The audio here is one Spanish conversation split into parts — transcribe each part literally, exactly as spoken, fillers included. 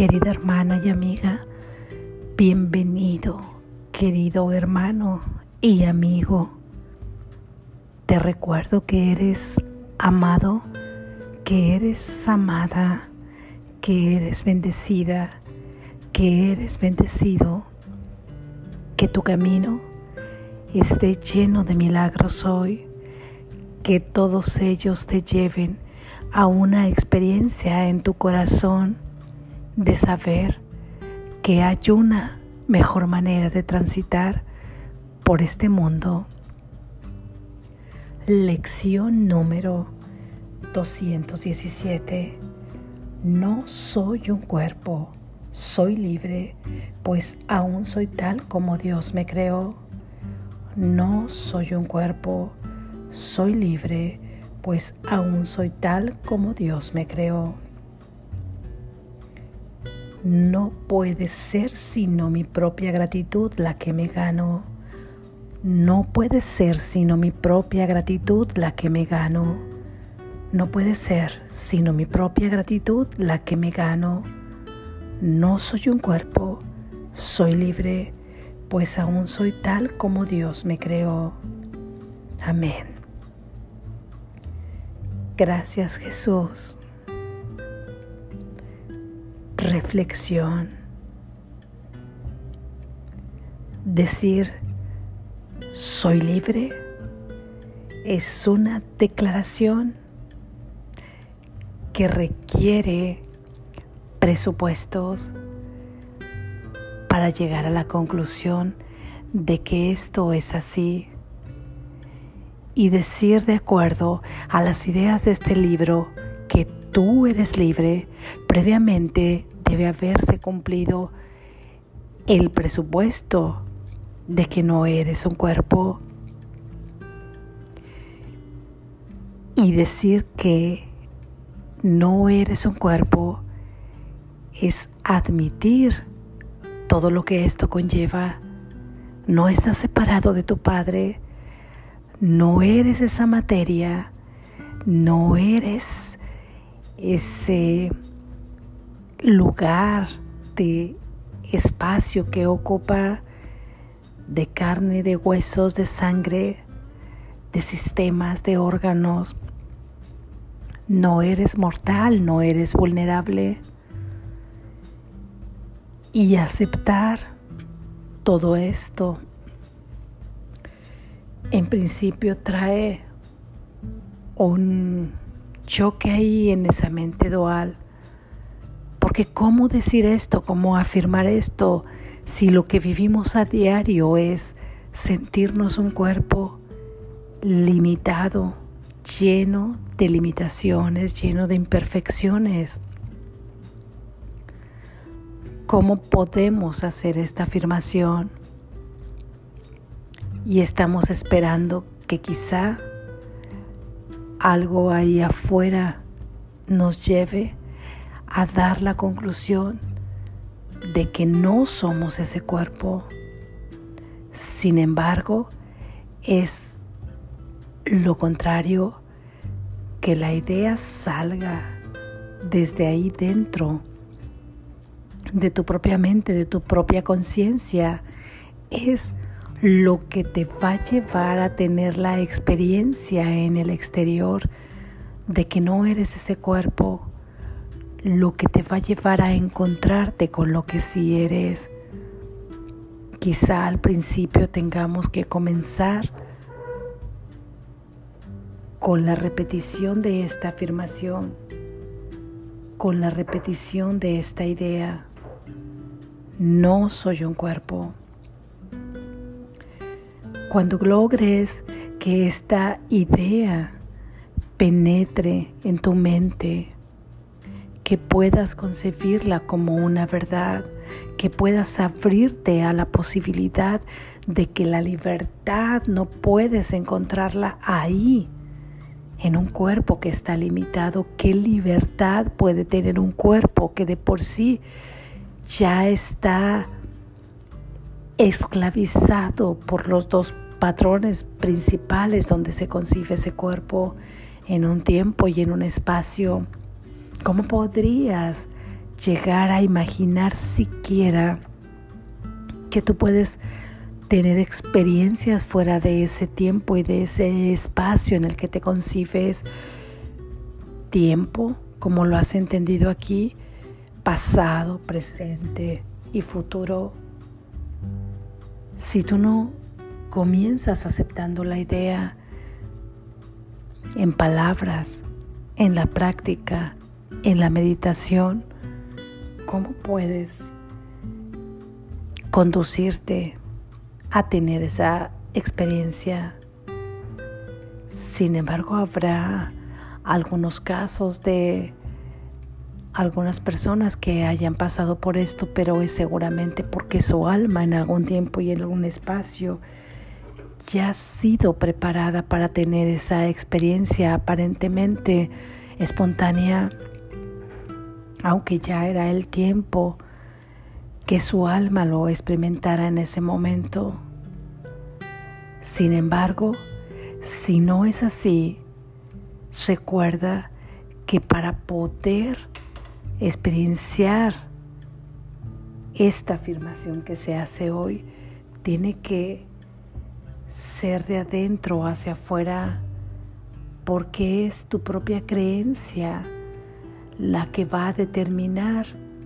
Querida hermana y amiga, bienvenido, querido hermano y amigo. Te recuerdo que eres amado, que eres amada, que eres bendecida, que eres bendecido, que tu camino esté lleno de milagros hoy, que todos ellos te lleven a una experiencia en tu corazón de saber que hay una mejor manera de transitar por este mundo. Lección número doscientos diecisiete. No soy un cuerpo, soy libre, pues aún soy tal como Dios me creó. No soy un cuerpo, soy libre, pues aún soy tal como Dios me creó. No puede ser sino mi propia gratitud la que me gano. No puede ser sino mi propia gratitud la que me gano. No puede ser sino mi propia gratitud la que me gano. No soy un cuerpo, soy libre, pues aún soy tal como Dios me creó. Amén. Gracias, Jesús. Reflexión. Decir soy libre es una declaración que requiere presupuestos para llegar a la conclusión de que esto es así, y decir de acuerdo a las ideas de este libro que tú eres libre. Previamente debe haberse cumplido el presupuesto de que no eres un cuerpo, y decir que no eres un cuerpo es admitir todo lo que esto conlleva. No estás separado de tu Padre, no eres esa materia, no eres ese lugar de espacio que ocupa de carne, de huesos, de sangre, de sistemas, de órganos. No eres mortal, no eres vulnerable. Y aceptar todo esto en principio trae un choque ahí en esa mente dual, porque ¿cómo decir esto? ¿Cómo afirmar esto? Si lo que vivimos a diario es sentirnos un cuerpo limitado, lleno de limitaciones, lleno de imperfecciones. ¿Cómo podemos hacer esta afirmación? Y estamos esperando que quizá algo ahí afuera nos lleve a dar la conclusión de que no somos ese cuerpo. Sin embargo, es lo contrario, que la idea salga desde ahí dentro de tu propia mente, de tu propia conciencia, es lo que te va a llevar a tener la experiencia en el exterior de que no eres ese cuerpo, lo que te va a llevar a encontrarte con lo que sí eres. Quizá al principio tengamos que comenzar con la repetición de esta afirmación, con la repetición de esta idea. No soy un cuerpo. Cuando logres que esta idea penetre en tu mente, que puedas concebirla como una verdad, que puedas abrirte a la posibilidad de que la libertad no puedes encontrarla ahí, en un cuerpo que está limitado. ¿Qué libertad puede tener un cuerpo que de por sí ya está esclavizado por los dos patrones principales donde se concibe ese cuerpo, en un tiempo y en un espacio? ¿Cómo podrías llegar a imaginar siquiera que tú puedes tener experiencias fuera de ese tiempo y de ese espacio en el que te concibes. Tiempo, como lo has entendido aquí, pasado, presente y futuro. Si tú no comienzas aceptando la idea en palabras, en la práctica, en la meditación, ¿cómo puedes conducirte a tener esa experiencia? Sin embargo, habrá algunos casos de algunas personas que hayan pasado por esto, pero es seguramente porque su alma en algún tiempo y en algún espacio ya ha sido preparada para tener esa experiencia aparentemente espontánea, aunque ya era el tiempo que su alma lo experimentara en ese momento. Sin embargo, si no es así, recuerda que para poder experienciar esta afirmación que se hace hoy, tiene que ser de adentro hacia afuera, porque es tu propia creencia la que va a determinar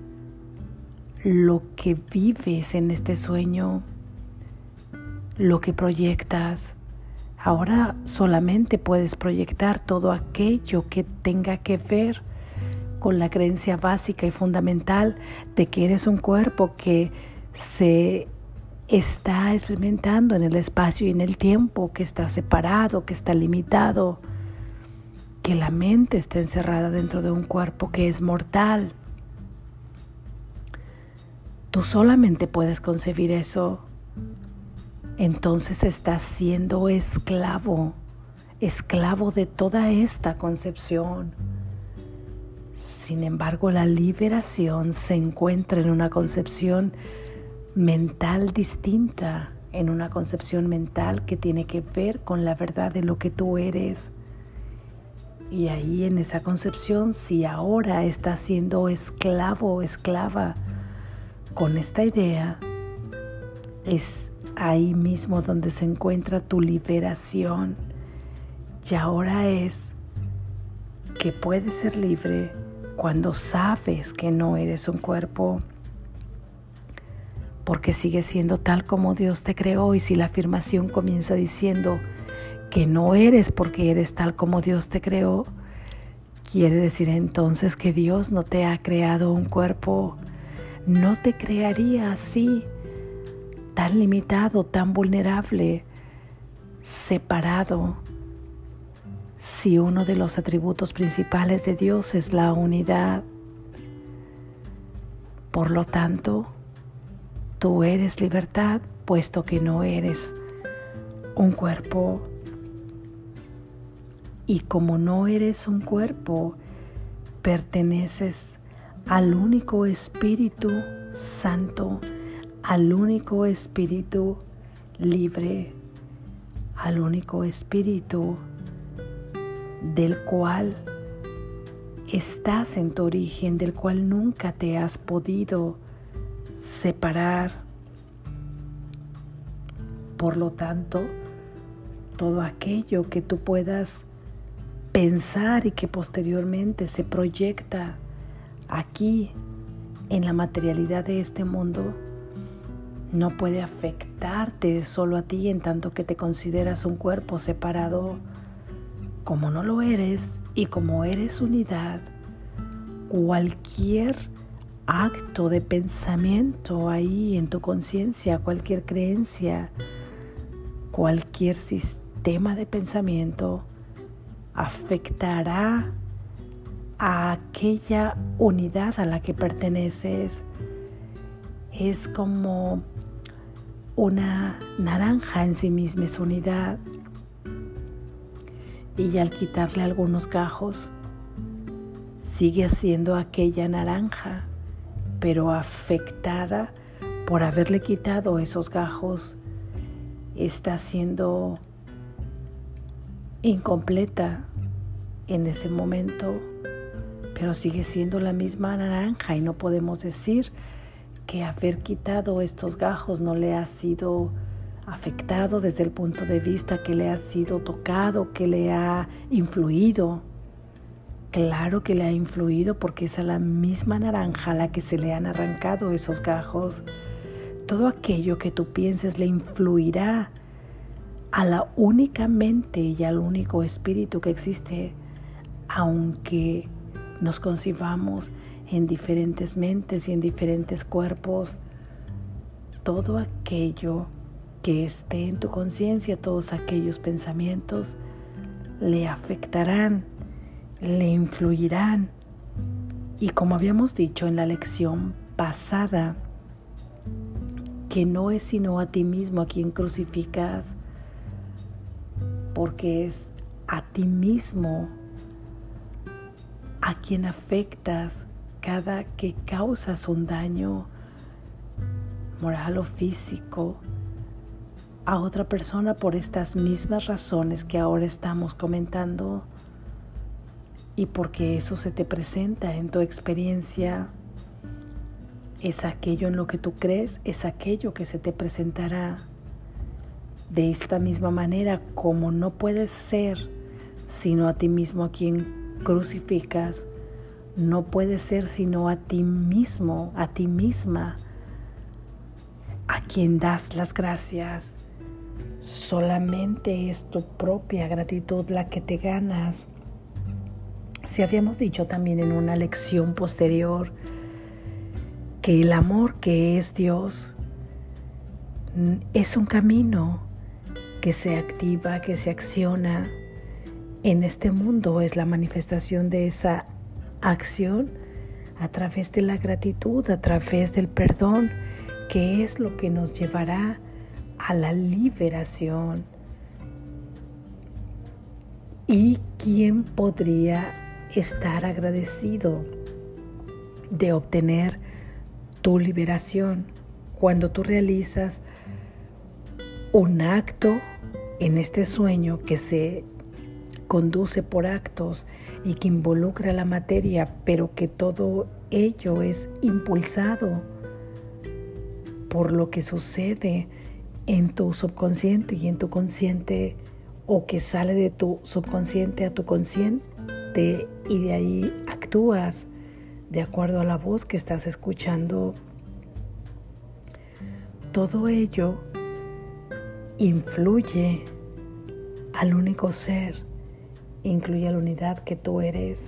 lo que vives en este sueño, lo que proyectas. Ahora solamente puedes proyectar todo aquello que tenga que ver con la creencia básica y fundamental de que eres un cuerpo que se está experimentando en el espacio y en el tiempo, que está separado, que está limitado, que la mente está encerrada dentro de un cuerpo que es mortal. Tú solamente puedes concebir eso. Entonces estás siendo esclavo, esclavo de toda esta concepción. Sin embargo, la liberación se encuentra en una concepción mental distinta, en una concepción mental que tiene que ver con la verdad de lo que tú eres. Y ahí en esa concepción, si ahora estás siendo esclavo o esclava con esta idea, es ahí mismo donde se encuentra tu liberación. Y ahora es que puedes ser libre cuando sabes que no eres un cuerpo, porque sigues siendo tal como Dios te creó. Y si la afirmación comienza diciendo que no eres porque eres tal como Dios te creó, quiere decir entonces que Dios no te ha creado un cuerpo, no te crearía así, tan limitado, tan vulnerable, separado, si uno de los atributos principales de Dios es la unidad. Por lo tanto, tú eres libertad, puesto que no eres un cuerpo. Y como no eres un cuerpo, perteneces al único Espíritu Santo, al único Espíritu libre, al único Espíritu del cual estás en tu origen, del cual nunca te has podido separar. Por lo tanto, todo aquello que tú puedas pensar y que posteriormente se proyecta aquí en la materialidad de este mundo, no puede afectarte solo a ti en tanto que te consideras un cuerpo separado. Como no lo eres y como eres unidad, cualquier acto de pensamiento ahí en tu conciencia, cualquier creencia, cualquier sistema de pensamiento afectará a aquella unidad a la que perteneces. Es como una naranja en sí misma, es unidad. Y al quitarle algunos gajos, sigue siendo aquella naranja, pero afectada por haberle quitado esos gajos, está siendo incompleta en ese momento. pero sigue siendo la misma naranja y no podemos decir que haber quitado estos gajos no le ha sido afectado desde el punto de vista que le ha sido tocado, que le ha influido. Claro que le ha influido porque es a la misma naranja a la que se le han arrancado esos gajos. Todo aquello que tú pienses le influirá a la única mente y al único espíritu que existe, aunque nos concibamos en diferentes mentes y en diferentes cuerpos. Todo aquello que esté en tu conciencia, todos aquellos pensamientos le afectarán, le influirán. Y como habíamos dicho en la lección pasada, que no es sino a ti mismo a quien crucificas, porque es a ti mismo a quien afectas cada que causas un daño moral o físico a otra persona por estas mismas razones que ahora estamos comentando, y porque eso se te presenta en tu experiencia. Es aquello en lo que tú crees, es aquello que se te presentará. De esta misma manera, como no puedes ser sino a ti mismo a quien crucificas, no puedes ser sino a ti mismo, a ti misma, a quien das las gracias. Solamente es tu propia gratitud la que te ganas. Si habíamos dicho también en una lección posterior que el amor que es Dios es un camino que se activa, que se acciona en este mundo, es la manifestación de esa acción a través de la gratitud, a través del perdón, que es lo que nos llevará a la liberación. ¿Y quién podría estar agradecido de obtener tu liberación cuando tú realizas un acto en este sueño que se conduce por actos y que involucra la materia, pero que todo ello es impulsado por lo que sucede en tu subconsciente y en tu consciente, o que sale de tu subconsciente a tu consciente, y de ahí actúas de acuerdo a la voz que estás escuchando. Todo ello influye al único ser, incluye a la unidad que tú eres,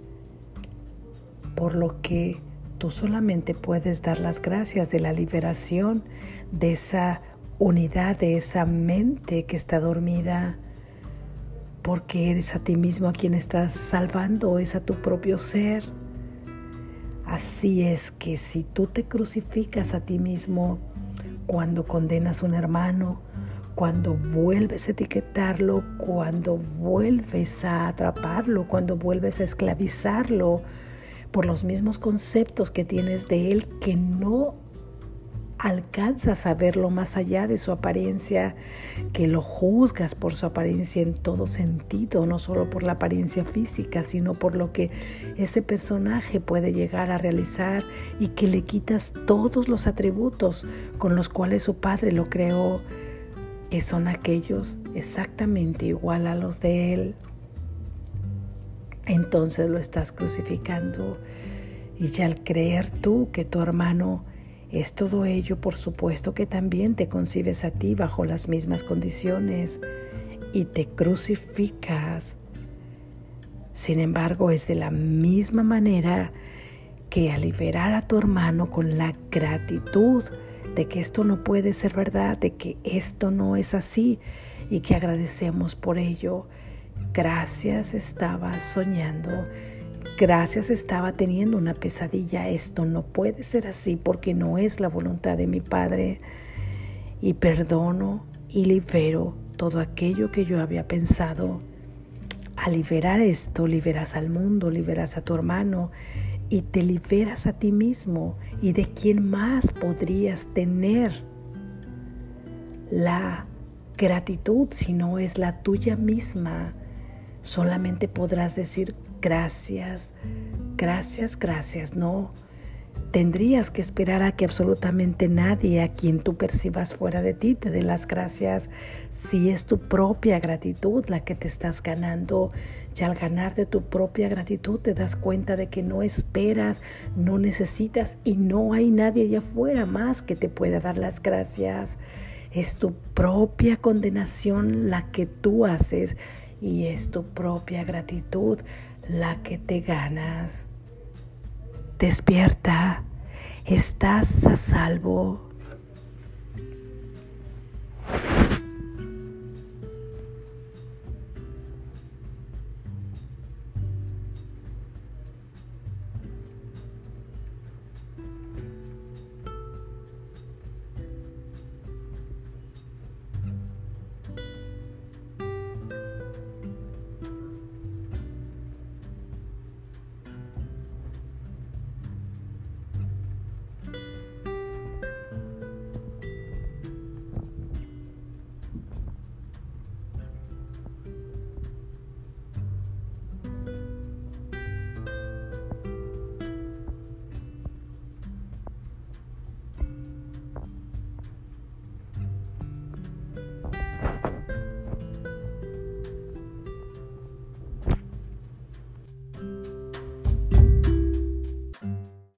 por lo que tú solamente puedes dar las gracias de la liberación de esa unidad, de esa mente que está dormida, porque eres a ti mismo a quien estás salvando, es a tu propio ser. Así es que si tú te crucificas a ti mismo cuando condenas a un hermano, cuando vuelves a etiquetarlo, cuando vuelves a atraparlo, cuando vuelves a esclavizarlo por los mismos conceptos que tienes de él, que no alcanzas a verlo más allá de su apariencia, que lo juzgas por su apariencia en todo sentido, no solo por la apariencia física, sino por lo que ese personaje puede llegar a realizar, y que le quitas todos los atributos con los cuales su padre lo creó, que son aquellos exactamente igual a los de él. Entonces lo estás crucificando, y ya al creer tú que tu hermano es todo ello, por supuesto que también te concibes a ti bajo las mismas condiciones y te crucificas. Sin embargo, es de la misma manera que al liberar a tu hermano con la gratitud de que esto no puede ser verdad, de que esto no es así, y que agradecemos por ello. Gracias, estaba soñando. Gracias, estaba teniendo una pesadilla. Esto no puede ser así porque no es la voluntad de mi Padre. Y perdono y libero todo aquello que yo había pensado. Al liberar esto, liberas al mundo, liberas a tu hermano y te liberas a ti mismo. ¿Y de quién más podrías tener la gratitud si no es la tuya misma? Solamente podrás decir gracias, Gracias, gracias. No tendrías que esperar a que absolutamente nadie a quien tú percibas fuera de ti te dé las gracias. Si es tu propia gratitud la que te estás ganando, y al ganar de tu propia gratitud te das cuenta de que no esperas, no necesitas y no hay nadie allá afuera más que te pueda dar las gracias. Es tu propia condenación la que tú haces y es tu propia gratitud la que te ganas. Despierta, estás a salvo.